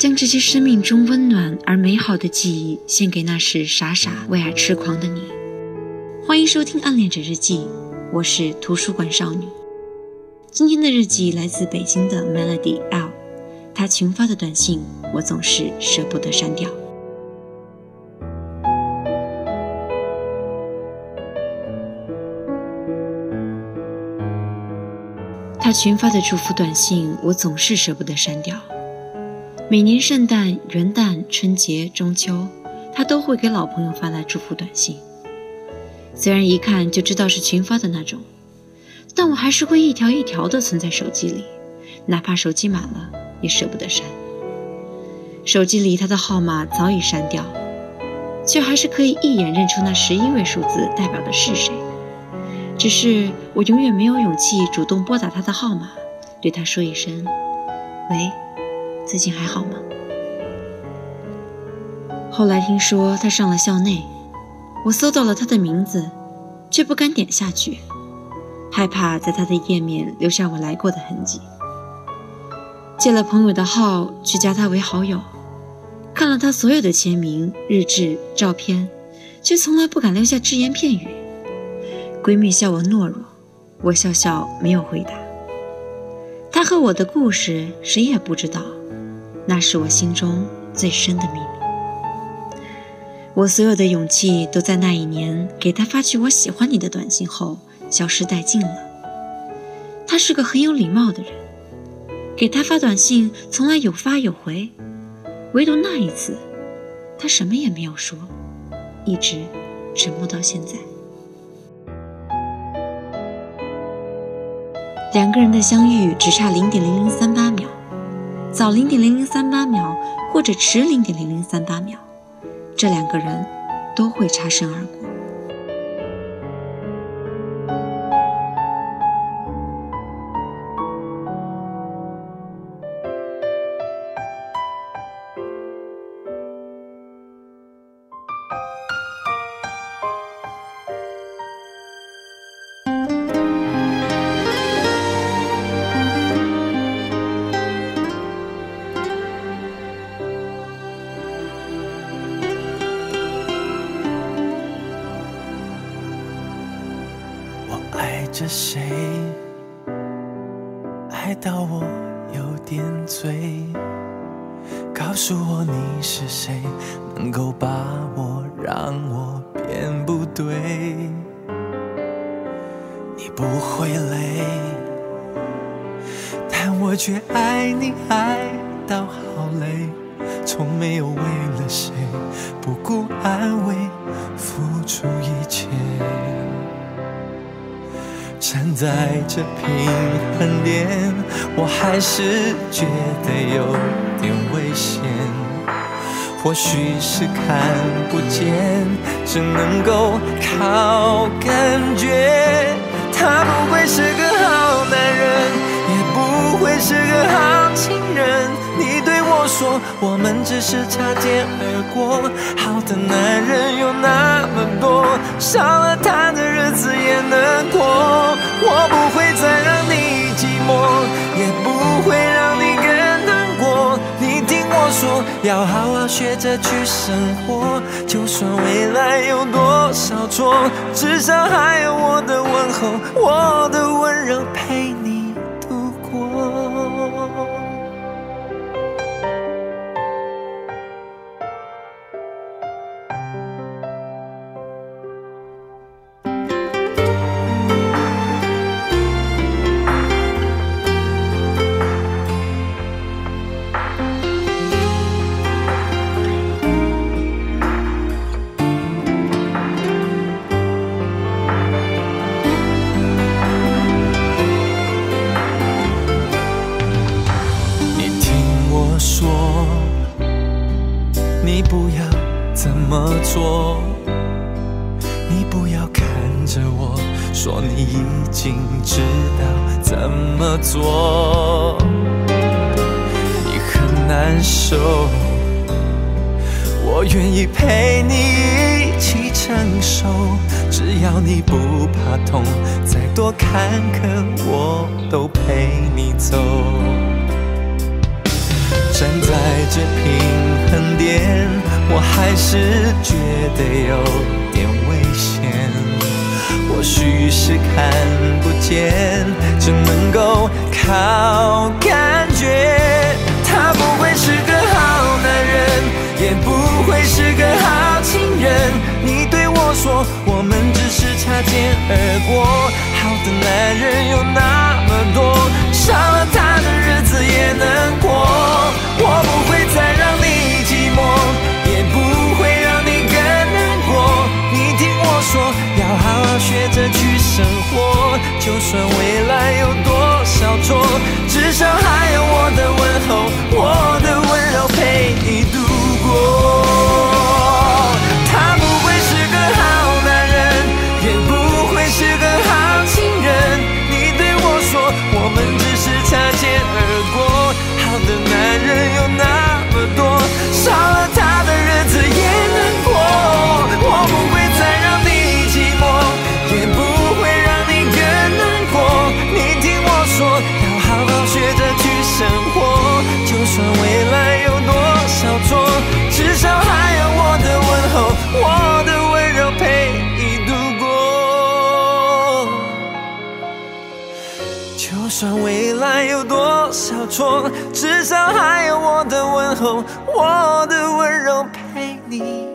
将这些生命中温暖而美好的记忆献给那时傻傻为爱痴狂的你。欢迎收听暗恋者日记，我是图书馆少女。今天的日记来自北京的 Melody L， 她群发的短信我总是舍不得删掉。她群发的祝福短信我总是舍不得删掉。每年圣诞、元旦、春节、中秋，她都会给老朋友发来祝福短信。虽然一看就知道是群发的那种，但我还是会一条一条的存在手机里，哪怕手机满了也舍不得删。手机里他的号码早已删掉，却还是可以一眼认出那11位数字代表的是谁。只是我永远没有勇气主动拨打他的号码，对他说一声喂，最近还好吗？后来听说他上了校内，我搜到了他的名字，却不敢点下去，害怕在他的页面留下我来过的痕迹。借了朋友的号去加他为好友，看了他所有的签名、日志、照片，却从来不敢留下只言片语。闺蜜笑我懦弱，我笑笑没有回答。他和我的故事谁也不知道，那是我心中最深的秘密。我所有的勇气都在那一年给他发去我喜欢你的短信后消失殆尽了。他是个很有礼貌的人，给他发短信从来有发有回，唯独那一次他什么也没有说，一直沉默到现在。两个人的相遇只差 0.0038 秒，早 0.0038 秒或者迟 0.0038 秒，这两个人都会擦身而过。 爱着谁，爱到我有点醉，告诉我你是谁，能够把我让我变不对。你不会累，但我却爱你爱到好累，从没有为了谁不顾安慰付出一切。站在这平衡点，我还是觉得有点危险。或许是看不见，只能够靠感觉。他不会是个好男人，也不会是个好情人。你对我说，我们只是擦肩而过。好的男人有那么多，少了他的日子也能过。我不会再让你寂寞，也不会让你更难过。你听我说，要好好学着去生活，就算未来有多少错，至少还有我的问候，我的温柔陪你度过。你不要这么做，你不要看着我说你已经知道怎么做。你很难受，我愿意陪你一起承受，只要你不怕痛，再多坎坷我都陪你走。 站在这平衡点，我还是觉得有点危险。或许是看不见，只能够靠感觉。他不会是个好男人，也不会是个好情人。你对我说，我们只是擦肩而过。好的男人有那么多，少了他的日子也能过。我不会再让你寂寞，也不会让你更难过。你听我说，要好好学着去生活。就算未来有多少错，至少还有我的问候，我的温柔陪你度过。他不会是个好男人，也不会是个好情人。你对我说，我们只是擦肩而过。好的男人有那么多，少了他的日子也难过。我不会再让你寂寞，也不会让你更难过。你听我说，要好好学着去生活。就算未来有多少错，至少还有我的问候，我的温柔陪你度过。就算未来有多少错，至少还有我的问候，我的温柔陪你